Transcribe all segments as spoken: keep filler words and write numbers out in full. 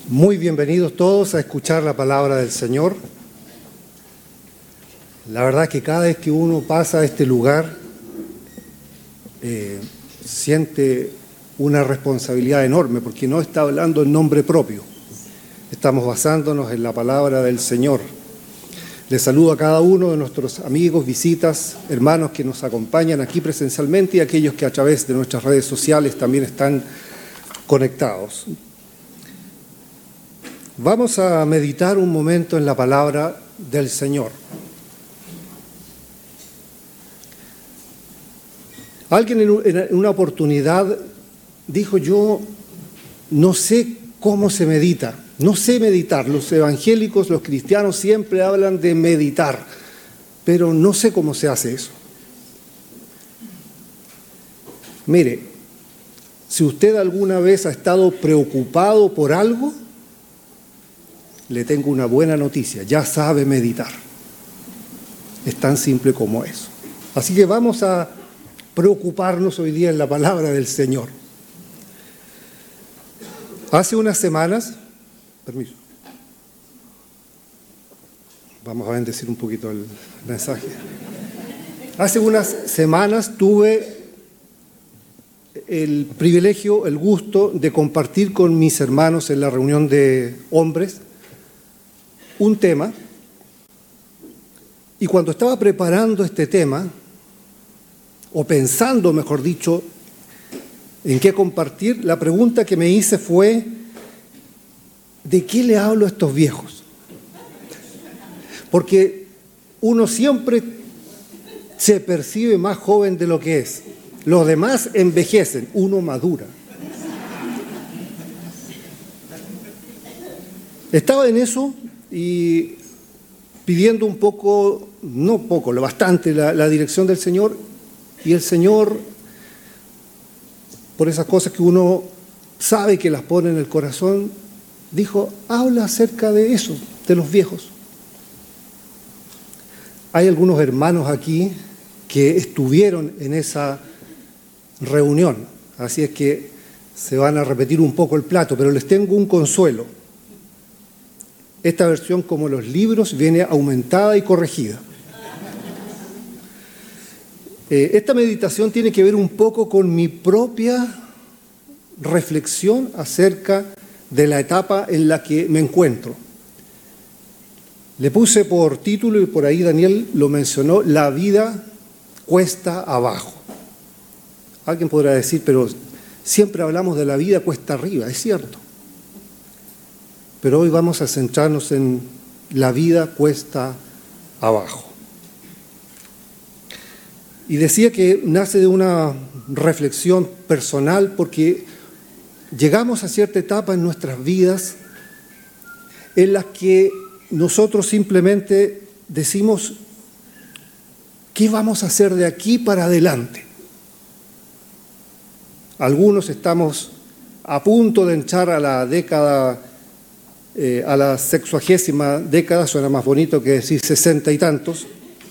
Muy bienvenidos todos a escuchar la palabra del Señor. La verdad es que cada vez que uno pasa a este lugar, eh, siente una responsabilidad enorme, porque no está hablando en nombre propio. Estamos basándonos en la palabra del Señor. Les saludo a cada uno de nuestros amigos, visitas, hermanos que nos acompañan aquí presencialmente y aquellos que a través de nuestras redes sociales también están conectados. Vamos a meditar un momento en la palabra del Señor. Alguien en una oportunidad dijo: yo no sé cómo se medita, no sé meditar. Los evangélicos, los cristianos siempre hablan de meditar, pero no sé cómo se hace eso. Mire, si usted alguna vez ha estado preocupado por algo, le tengo una buena noticia: ya sabe meditar. Es tan simple como eso. Así que vamos a preocuparnos hoy día en la palabra del Señor. Hace unas semanas, permiso, vamos a bendecir un poquito el mensaje. Hace unas semanas tuve el privilegio, el gusto de compartir con mis hermanos en la reunión de hombres un tema, y cuando estaba preparando este tema, o pensando, mejor dicho, en qué compartir, la pregunta que me hice fue: ¿de qué le hablo a estos viejos? Porque uno siempre se percibe más joven de lo que es. Los demás envejecen, uno madura. Estaba en eso y pidiendo un poco, no poco, lo bastante, la, la dirección del Señor, y el Señor, por esas cosas que uno sabe que las pone en el corazón, dijo: habla acerca de eso, de los viejos. Hay algunos hermanos aquí que estuvieron en esa reunión, así es que se van a repetir un poco el plato, pero les tengo un consuelo. Esta versión, como los libros, viene aumentada y corregida. Eh, esta meditación tiene que ver un poco con mi propia reflexión acerca de la etapa en la que me encuentro. Le puse por título, y por ahí Daniel lo mencionó: la vida cuesta abajo. Alguien podrá decir: pero siempre hablamos de la vida cuesta arriba. Es cierto. Pero hoy vamos a centrarnos en la vida cuesta abajo. Y decía que nace de una reflexión personal, porque llegamos a cierta etapa en nuestras vidas en las que nosotros simplemente decimos: ¿qué vamos a hacer de aquí para adelante? Algunos estamos a punto de entrar a la década, eh, a la sexuagésima década, suena más bonito que decir sesenta y tantos.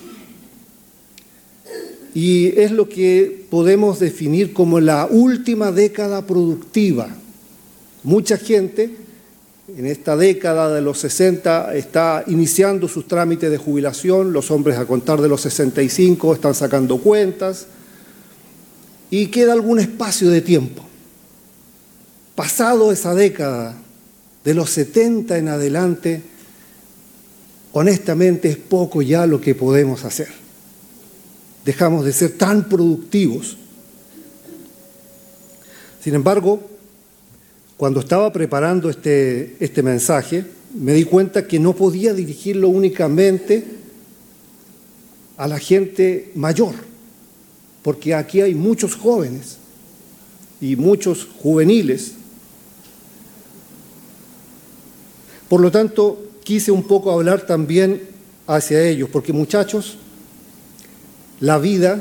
Y es lo que podemos definir como la última década productiva. Mucha gente en esta década de los sesenta está iniciando sus trámites de jubilación. Los hombres, a contar de los sesenta y cinco, están sacando cuentas. Y queda algún espacio de tiempo. Pasado esa década, de los setenta en adelante, honestamente es poco ya lo que podemos hacer. Dejamos de ser tan productivos. Sin embargo, cuando estaba preparando este, este mensaje, me di cuenta que no podía dirigirlo únicamente a la gente mayor, porque aquí hay muchos jóvenes y muchos juveniles. Por lo tanto, quise un poco hablar también hacia ellos, porque, muchachos, la vida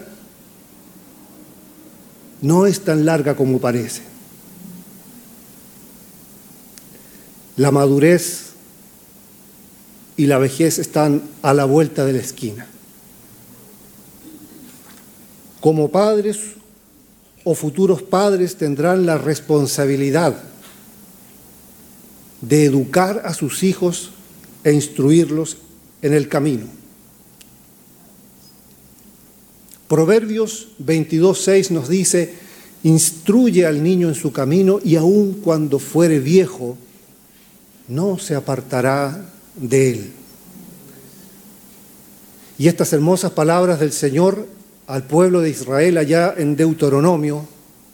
no es tan larga como parece. La madurez y la vejez están a la vuelta de la esquina. Como padres o futuros padres tendrán la responsabilidad de educar a sus hijos e instruirlos en el camino. Proverbios veintidós seis nos dice: instruye al niño en su camino y aun cuando fuere viejo, no se apartará de él. Y estas hermosas palabras del Señor al pueblo de Israel allá en Deuteronomio: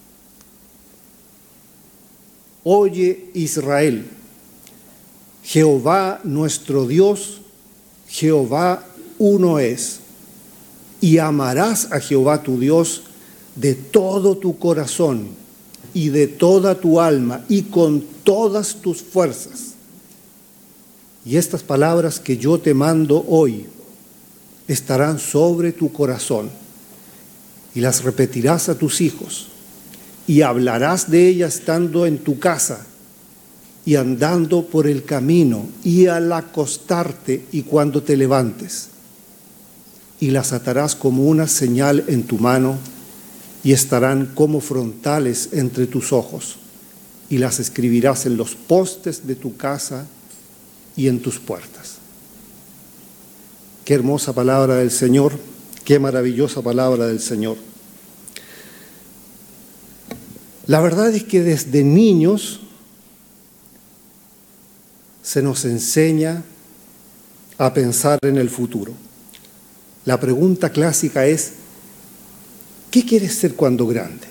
oye Israel, Jehová nuestro Dios, Jehová uno es, y amarás a Jehová tu Dios de todo tu corazón y de toda tu alma y con todas tus fuerzas. Y estas palabras que yo te mando hoy estarán sobre tu corazón, y las repetirás a tus hijos, y hablarás de ellas estando en tu casa, y andando por el camino, y al acostarte y cuando te levantes. Y las atarás como una señal en tu mano, y estarán como frontales entre tus ojos, y las escribirás en los postes de tu casa y en tus puertas. Qué hermosa palabra del Señor, qué maravillosa palabra del Señor. La verdad es que desde niños se nos enseña a pensar en el futuro. La pregunta clásica es: ¿qué quieres ser cuando grande?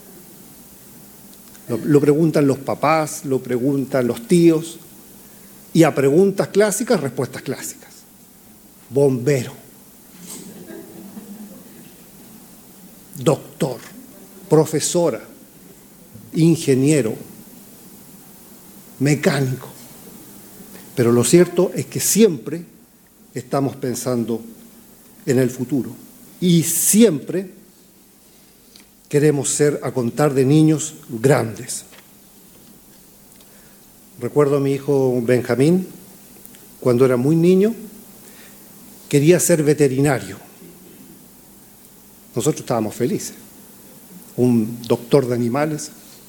Lo, lo preguntan los papás, lo preguntan los tíos, y a preguntas clásicas, respuestas clásicas. Bombero, doctor, profesora, ingeniero, mecánico. Pero lo cierto es que siempre estamos pensando en el futuro y siempre queremos ser, a contar de niños, grandes. Recuerdo a mi hijo Benjamín, cuando era muy niño, quería ser veterinario. Nosotros estábamos felices. Un doctor de animales.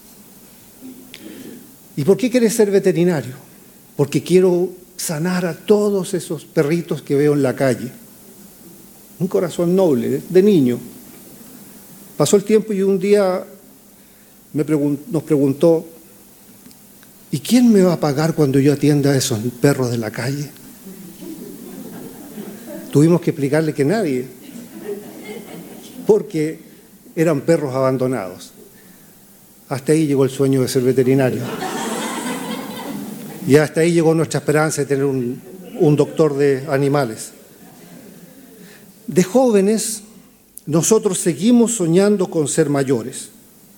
¿Y por qué quieres ser veterinario? Porque quiero sanar a todos esos perritos que veo en la calle. Un corazón noble, de niño. Pasó el tiempo y un día me pregun- nos preguntó: ¿y quién me va a pagar cuando yo atienda a esos perros de la calle? Tuvimos que explicarle que nadie, porque eran perros abandonados. Hasta ahí llegó el sueño de ser veterinario. Y hasta ahí llegó nuestra esperanza de tener un, un doctor de animales. De jóvenes, nosotros seguimos soñando con ser mayores.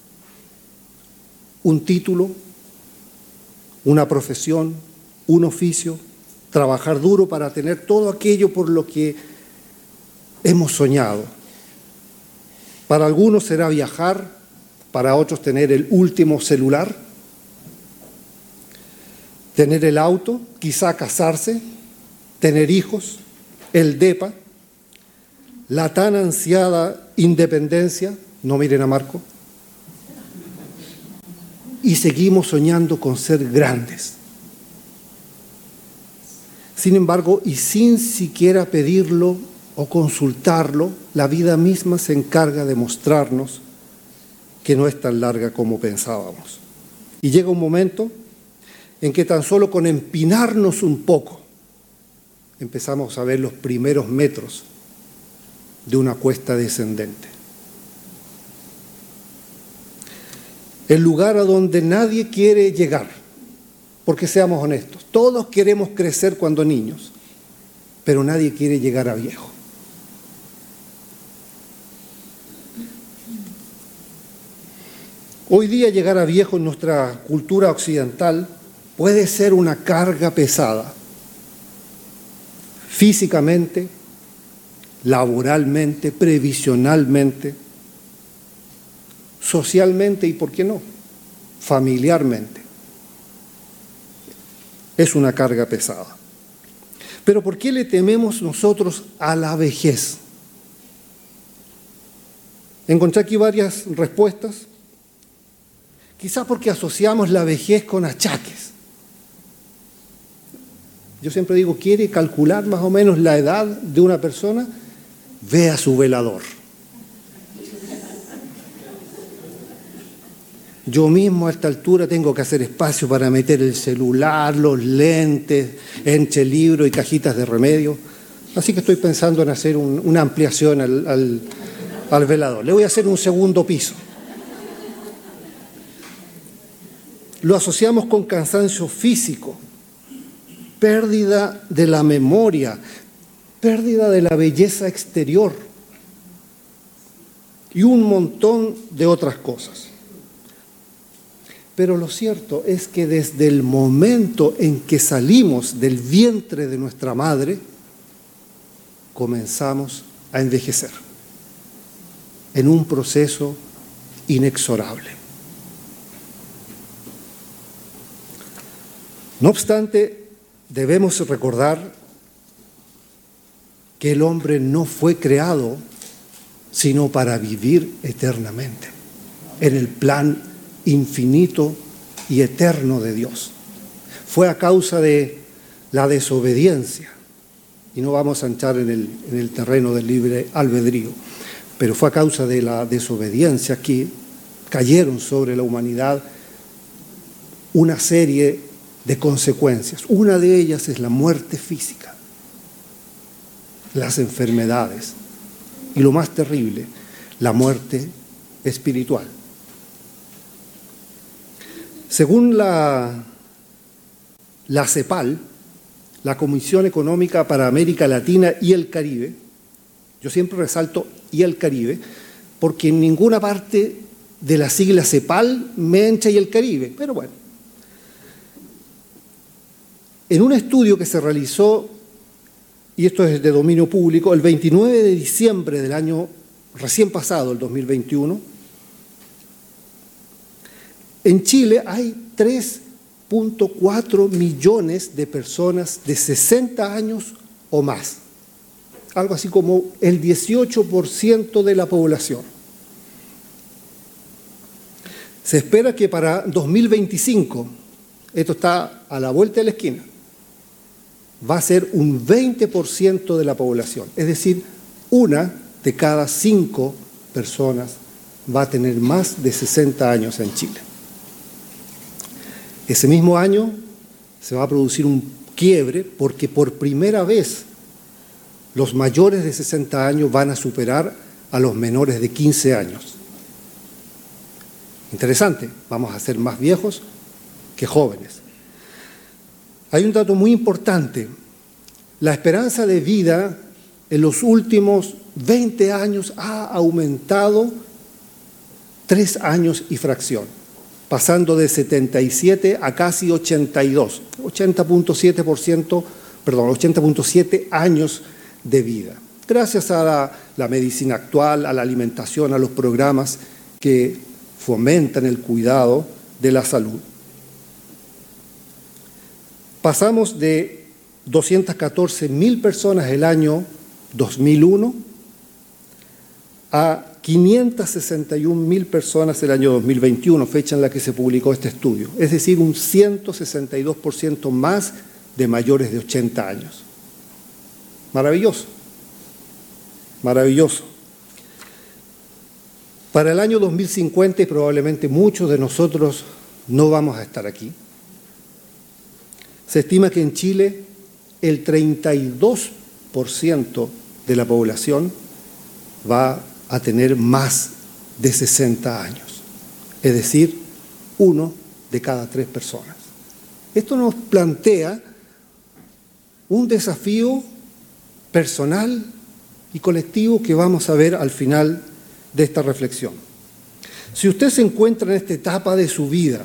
Un título, una profesión, un oficio, trabajar duro para tener todo aquello por lo que hemos soñado. Para algunos será viajar, para otros tener el último celular, tener el auto, quizá casarse, tener hijos, el DEPA, la tan ansiada independencia, no miren a Marco, y seguimos soñando con ser grandes. Sin embargo, y sin siquiera pedirlo o consultarlo, la vida misma se encarga de mostrarnos que no es tan larga como pensábamos. Y llega un momento en que tan solo con empinarnos un poco empezamos a ver los primeros metros de una cuesta descendente. El lugar a donde nadie quiere llegar, porque seamos honestos, todos queremos crecer cuando niños, pero nadie quiere llegar a viejo. Hoy día llegar a viejo en nuestra cultura occidental puede ser una carga pesada, físicamente, laboralmente, previsionalmente, socialmente y, ¿por qué no?, familiarmente. Es una carga pesada. Pero ¿por qué le tememos nosotros a la vejez? Encontré aquí varias respuestas. Quizás porque asociamos la vejez con achaques. Yo siempre digo, ¿quiere calcular más o menos la edad de una persona? Vea su velador. Yo mismo a esta altura tengo que hacer espacio para meter el celular, los lentes, entre libros y cajitas de remedio. Así que estoy pensando en hacer un, una ampliación al, al, al velador. Le voy a hacer un segundo piso. Lo asociamos con cansancio físico, pérdida de la memoria, pérdida de la belleza exterior y un montón de otras cosas. Pero lo cierto es que desde el momento en que salimos del vientre de nuestra madre, comenzamos a envejecer en un proceso inexorable. No obstante, debemos recordar que el hombre no fue creado sino para vivir eternamente en el plan infinito y eterno de Dios. Fue a causa de la desobediencia, y no vamos a entrar en el, en el terreno del libre albedrío, pero fue a causa de la desobediencia que cayeron sobre la humanidad una serie de consecuencias. Una de ellas es la muerte física, las enfermedades y lo más terrible, la muerte espiritual. Según la, la CEPAL, la Comisión Económica para América Latina y el Caribe, yo siempre resalto y el Caribe, porque en ninguna parte de la sigla CEPAL me entra y el Caribe, pero bueno. En un estudio que se realizó, y esto es de dominio público, el veintinueve de diciembre del año recién pasado, el dos mil veintiuno, en Chile hay tres punto cuatro millones de personas de sesenta años o más, algo así como el dieciocho por ciento de la población. Se espera que para dos mil veinticinco, esto está a la vuelta de la esquina, va a ser un veinte por ciento de la población, es decir, una de cada cinco personas va a tener más de sesenta años en Chile. Ese mismo año se va a producir un quiebre porque por primera vez los mayores de sesenta años van a superar a los menores de quince años. Interesante, vamos a ser más viejos que jóvenes. Hay un dato muy importante. La esperanza de vida en los últimos veinte años ha aumentado tres años y fracción, pasando de setenta y siete a casi ochenta y dos, ochenta punto siete por ciento, perdón, ochenta punto siete años de vida. Gracias a la, la medicina actual, a la alimentación, a los programas que fomentan el cuidado de la salud. Pasamos de doscientas catorce mil personas el año dos mil uno a quinientas sesenta y un mil personas el año dos mil veintiuno, fecha en la que se publicó este estudio, es decir, un ciento sesenta y dos por ciento más de mayores de ochenta años. Maravilloso, maravilloso. Para el año dos mil cincuenta, y probablemente muchos de nosotros no vamos a estar aquí, se estima que en Chile el treinta y dos por ciento de la población va a tener más de sesenta años, es decir, uno de cada tres personas. Esto nos plantea un desafío personal y colectivo que vamos a ver al final de esta reflexión. Si usted se encuentra en esta etapa de su vida,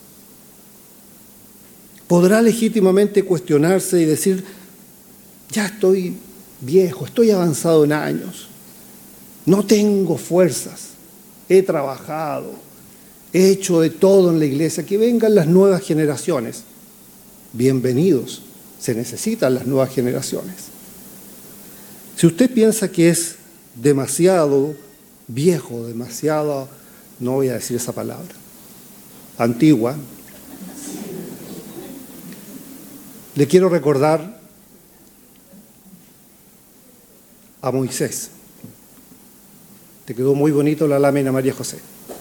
podrá legítimamente cuestionarse y decir, ya estoy viejo, estoy avanzado en años, no tengo fuerzas, he trabajado, he hecho de todo en la iglesia, que vengan las nuevas generaciones. Bienvenidos, se necesitan las nuevas generaciones. Si usted piensa que es demasiado viejo, demasiado, no voy a decir esa palabra, antigua, Le quiero recordar a Moisés. Te quedó muy bonito la lámina, María José.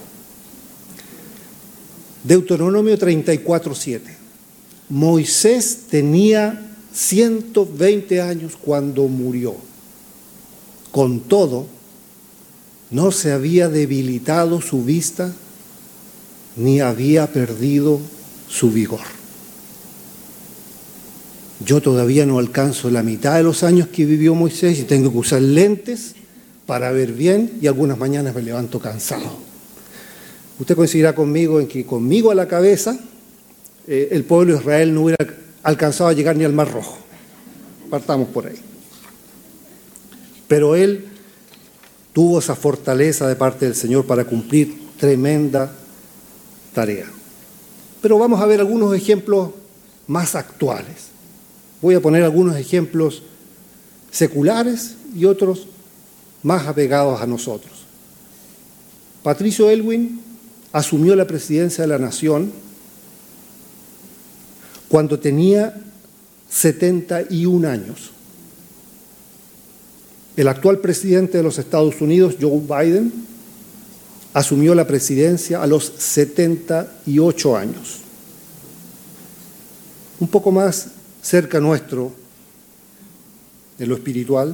Deuteronomio treinta y cuatro, siete. Moisés tenía ciento veinte años cuando murió. Con todo, no se había debilitado su vista ni había perdido su vigor. Yo todavía no alcanzo la mitad de los años que vivió Moisés y tengo que usar lentes para ver bien y algunas mañanas me levanto cansado. Usted coincidirá conmigo en que conmigo a la cabeza eh, el pueblo de Israel no hubiera alcanzado a llegar ni al Mar Rojo. Partamos por ahí. Pero él tuvo esa fortaleza de parte del Señor para cumplir tremenda tarea. Pero vamos a ver algunos ejemplos más actuales. Voy a poner algunos ejemplos seculares y otros más apegados a nosotros. Patricio Aylwin asumió la presidencia de la Nación cuando tenía setenta y un años. El actual presidente de los Estados Unidos, Joe Biden, asumió la presidencia a los setenta y ocho años. Un poco más cerca nuestro, en lo espiritual,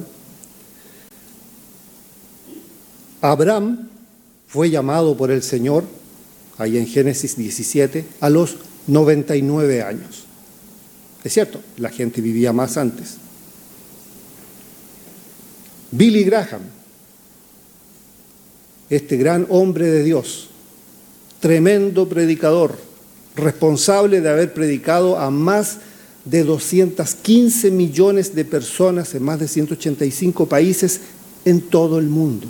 Abraham fue llamado por el Señor, ahí en Génesis diecisiete, a los noventa y nueve años. Es cierto, la gente vivía más antes. Billy Graham, este gran hombre de Dios, tremendo predicador, responsable de haber predicado a más de doscientos quince millones de personas en más de ciento ochenta y cinco países en todo el mundo.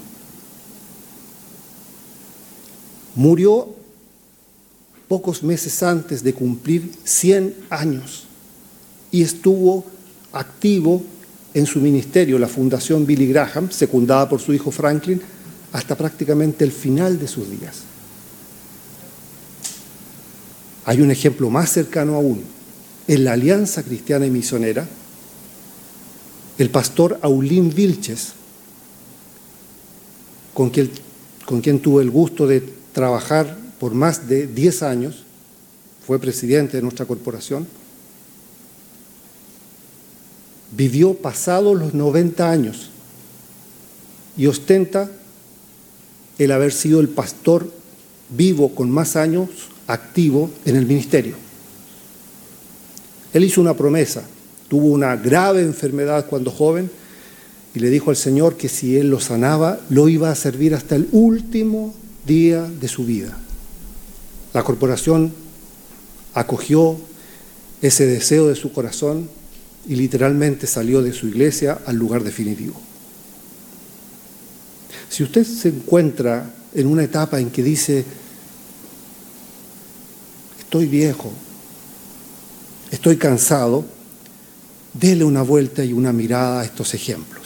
Murió pocos meses antes de cumplir cien años y estuvo activo en su ministerio, la Fundación Billy Graham, secundada por su hijo Franklin, hasta prácticamente el final de sus días. Hay un ejemplo más cercano aún. En la Alianza Cristiana y Misionera, el pastor Aulín Vilches, con quien, con quien tuve el gusto de trabajar por más de diez años, fue presidente de nuestra corporación, vivió pasados los noventa años y ostenta el haber sido el pastor vivo con más años activo en el ministerio. Él hizo una promesa, tuvo una grave enfermedad cuando joven y le dijo al Señor que si Él lo sanaba, lo iba a servir hasta el último día de su vida. La corporación acogió ese deseo de su corazón y literalmente salió de su iglesia al lugar definitivo. Si usted se encuentra en una etapa en que dice, estoy viejo, estoy cansado, dele una vuelta y una mirada a estos ejemplos.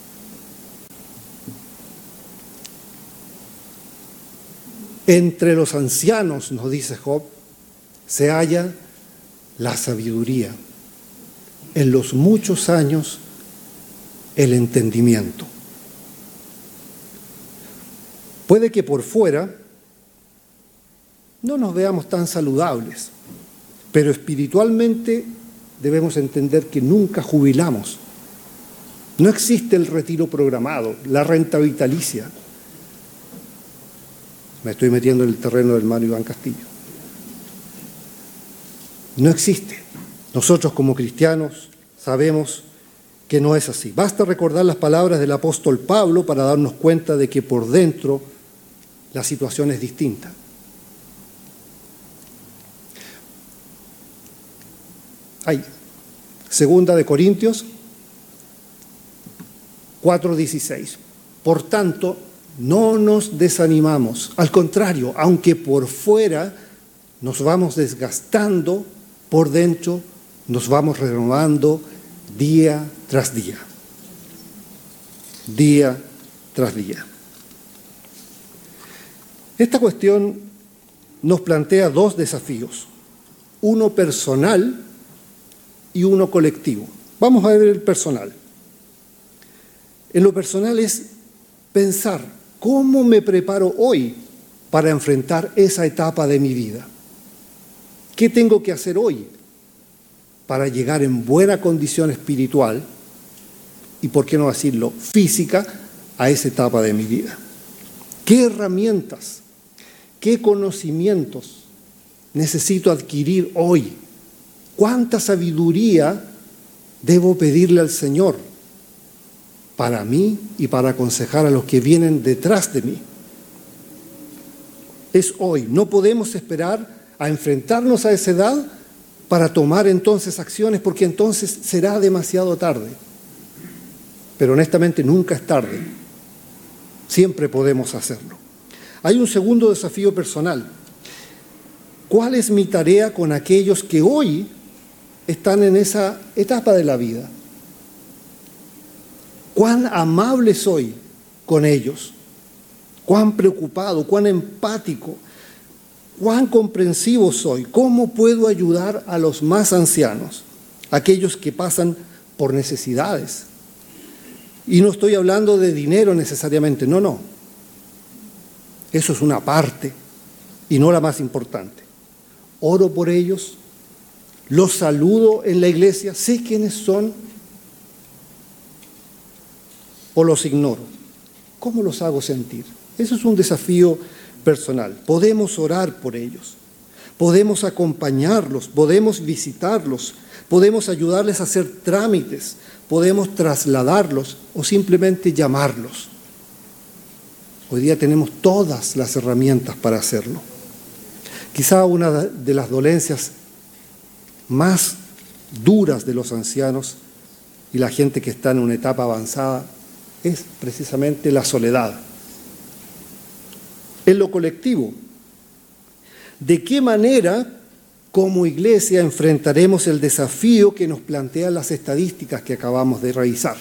Entre los ancianos, nos dice Job, se halla la sabiduría. En los muchos años, el entendimiento. Puede que por fuera no nos veamos tan saludables, pero espiritualmente debemos entender que nunca jubilamos. No existe el retiro programado, la renta vitalicia. Me estoy metiendo en el terreno del hermano Iván Castillo. No existe. Nosotros como cristianos sabemos que no es así. Basta recordar las palabras del apóstol Pablo para darnos cuenta de que por dentro la situación es distinta. Hay segunda de Corintios cuatro dieciséis. Por tanto, no nos desanimamos. Al contrario, aunque por fuera nos vamos desgastando, por dentro nos vamos renovando día tras día. Día tras día. Esta cuestión nos plantea dos desafíos. Uno personal y uno colectivo. Vamos a ver el personal. En lo personal es pensar cómo me preparo hoy para enfrentar esa etapa de mi vida. ¿Qué tengo que hacer hoy para llegar en buena condición espiritual y, por qué no decirlo, física, a esa etapa de mi vida? ¿Qué herramientas, qué conocimientos necesito adquirir hoy? ¿Cuánta sabiduría debo pedirle al Señor para mí y para aconsejar a los que vienen detrás de mí? Es hoy. No podemos esperar a enfrentarnos a esa edad para tomar entonces acciones, porque entonces será demasiado tarde. Pero honestamente nunca es tarde. Siempre podemos hacerlo. Hay un segundo desafío personal. ¿Cuál es mi tarea con aquellos que hoy están en esa etapa de la vida? ¿Cuán amable soy con ellos? ¿Cuán preocupado, cuán empático, cuán comprensivo soy? ¿Cómo puedo ayudar a los más ancianos, aquellos que pasan por necesidades? Y no estoy hablando de dinero necesariamente, no, no. Eso es una parte y no la más importante. Oro por ellos, los saludo en la iglesia, sé quiénes son o los ignoro. ¿Cómo los hago sentir? Eso es un desafío personal. Podemos orar por ellos, podemos acompañarlos, podemos visitarlos, podemos ayudarles a hacer trámites, podemos trasladarlos o simplemente llamarlos. Hoy día tenemos todas las herramientas para hacerlo. Quizá una de las dolencias más duras de los ancianos y la gente que está en una etapa avanzada es precisamente la soledad. En lo colectivo, ¿de qué manera como iglesia enfrentaremos el desafío que nos plantean las estadísticas que acabamos de revisar?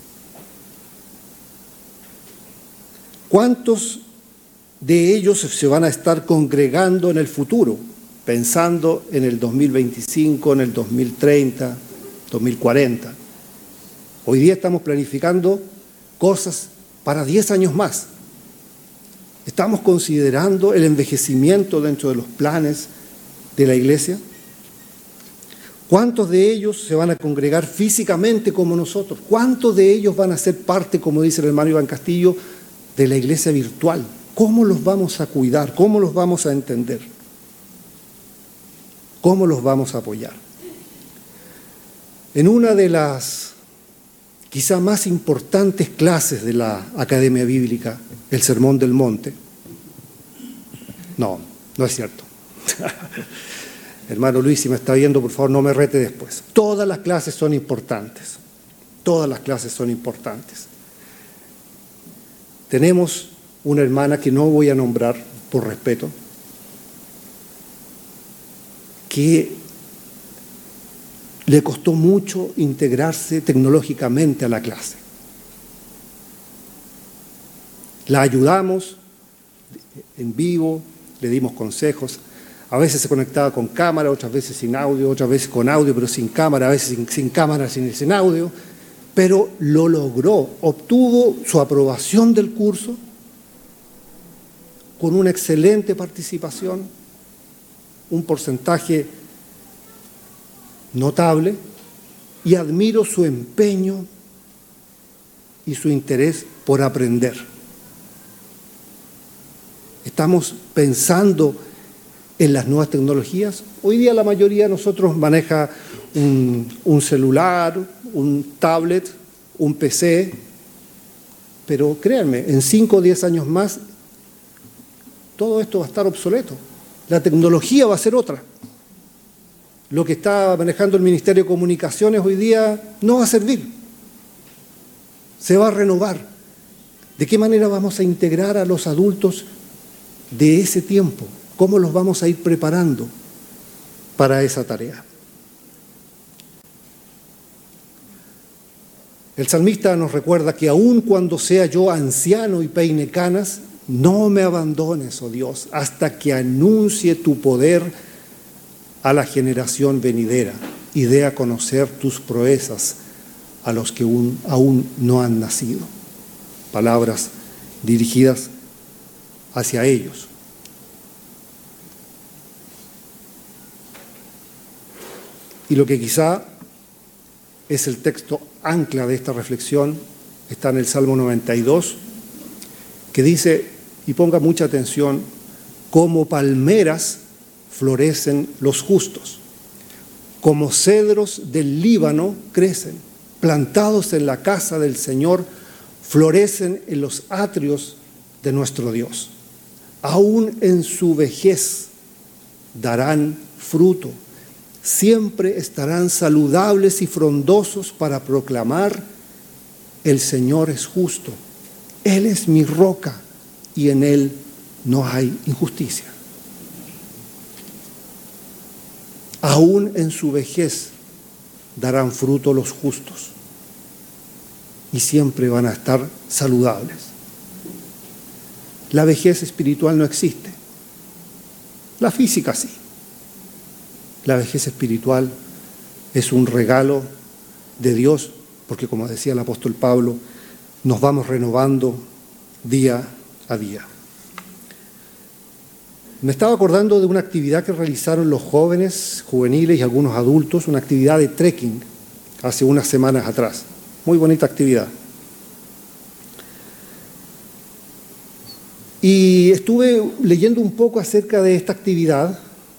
¿Cuántos de ellos se van a estar congregando en el futuro, pensando en el dos mil veinticinco, en el dos mil treinta, dos mil cuarenta? Hoy día estamos planificando cosas para diez años más. ¿Estamos considerando el envejecimiento dentro de los planes de la iglesia? ¿Cuántos de ellos se van a congregar físicamente como nosotros? ¿Cuántos de ellos van a ser parte, como dice el hermano Iván Castillo, de la iglesia virtual? ¿Cómo los vamos a cuidar? ¿Cómo los vamos a entender? ¿Cómo los vamos a apoyar? En una de las quizá más importantes clases de la Academia Bíblica, el Sermón del Monte. No, no es cierto. Hermano Luis, si me está viendo, por favor, no me rete después. Todas las clases son importantes. Todas las clases son importantes. Tenemos una hermana que no voy a nombrar por respeto, que le costó mucho integrarse tecnológicamente a la clase. La ayudamos en vivo, le dimos consejos. A veces se conectaba con cámara, otras veces sin audio, otras veces con audio pero sin cámara, a veces sin, sin cámara, sin, sin audio. Pero lo logró, obtuvo su aprobación del curso con una excelente participación, un porcentaje notable, y admiro su empeño y su interés por aprender. Estamos pensando en las nuevas tecnologías. Hoy día la mayoría de nosotros maneja un, un celular, un tablet, un P C, pero créanme, en cinco o diez años más todo esto va a estar obsoleto. La tecnología va a ser otra. Lo que está manejando el Ministerio de Comunicaciones hoy día no va a servir. Se va a renovar. ¿De qué manera vamos a integrar a los adultos de ese tiempo? ¿Cómo los vamos a ir preparando para esa tarea? El salmista nos recuerda que aun cuando sea yo anciano y peine canas, no me abandones, oh Dios, hasta que anuncie tu poder a la generación venidera. y dé a conocer tus proezas a los que aún, aún no han nacido. Palabras dirigidas hacia ellos. Y lo que quizá es el texto ancla de esta reflexión está en el Salmo noventa y dos, que dice, y ponga mucha atención, como palmeras florecen los justos, como cedros del Líbano crecen, plantados en la casa del Señor, florecen en los atrios de nuestro Dios. Aún en su vejez darán fruto, siempre estarán saludables y frondosos para proclamar: el Señor es justo, Él es mi roca y en Él no hay injusticia. Aún en su vejez darán fruto los justos y siempre van a estar saludables. La vejez espiritual no existe. La física sí. La vejez espiritual es un regalo de Dios, porque como decía el apóstol Pablo, nos vamos renovando día a día. Me estaba acordando de una actividad que realizaron los jóvenes, juveniles y algunos adultos, una actividad de trekking hace unas semanas atrás. Muy bonita actividad. Y estuve leyendo un poco acerca de esta actividad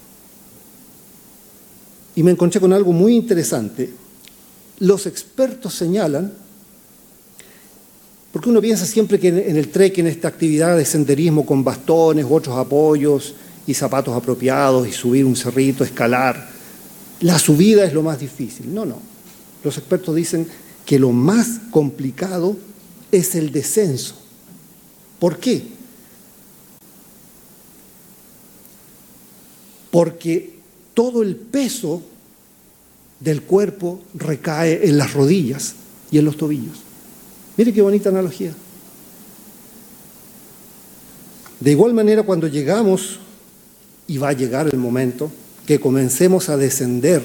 y me encontré con algo muy interesante. Los expertos señalan, porque uno piensa siempre que en el trekking, en esta actividad de senderismo con bastones, otros apoyos y zapatos apropiados y subir un cerrito, escalar, la subida es lo más difícil. No, no. Los expertos dicen que lo más complicado es el descenso. ¿Por qué? Porque todo el peso del cuerpo recae en las rodillas y en los tobillos. Mire qué bonita analogía. De igual manera, cuando llegamos, y va a llegar el momento, que comencemos a descender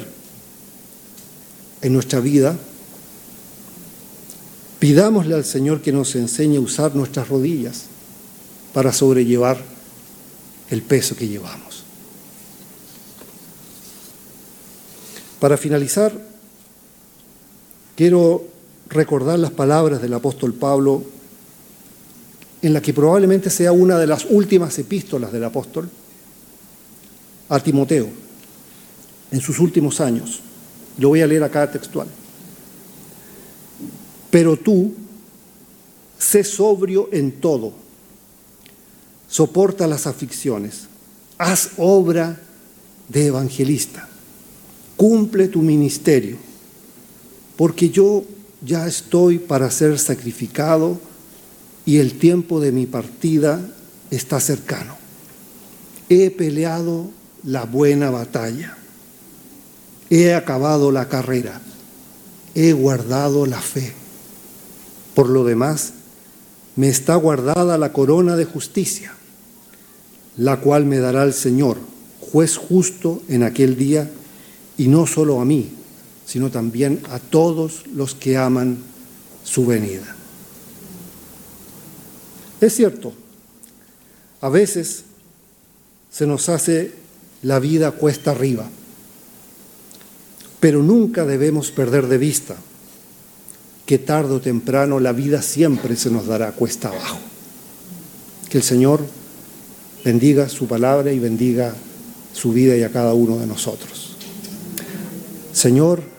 en nuestra vida, pidámosle al Señor que nos enseñe a usar nuestras rodillas para sobrellevar el peso que llevamos. Para finalizar, quiero recordar las palabras del apóstol Pablo en la que probablemente sea una de las últimas epístolas del apóstol a Timoteo, en sus últimos años. Lo voy a leer acá textual. Pero tú, sé sobrio en todo, soporta las aflicciones, haz obra de evangelista, cumple tu ministerio, porque yo ya estoy para ser sacrificado y el tiempo de mi partida está cercano. He peleado la buena batalla, he acabado la carrera, he guardado la fe. Por lo demás, me está guardada la corona de justicia, la cual me dará el Señor, juez justo en aquel día, y no solo a mí, sino también a todos los que aman su venida. Es cierto, a veces se nos hace la vida cuesta arriba, pero nunca debemos perder de vista que tarde o temprano la vida siempre se nos dará cuesta abajo. Que el Señor bendiga su palabra y bendiga su vida y a cada uno de nosotros. Señor,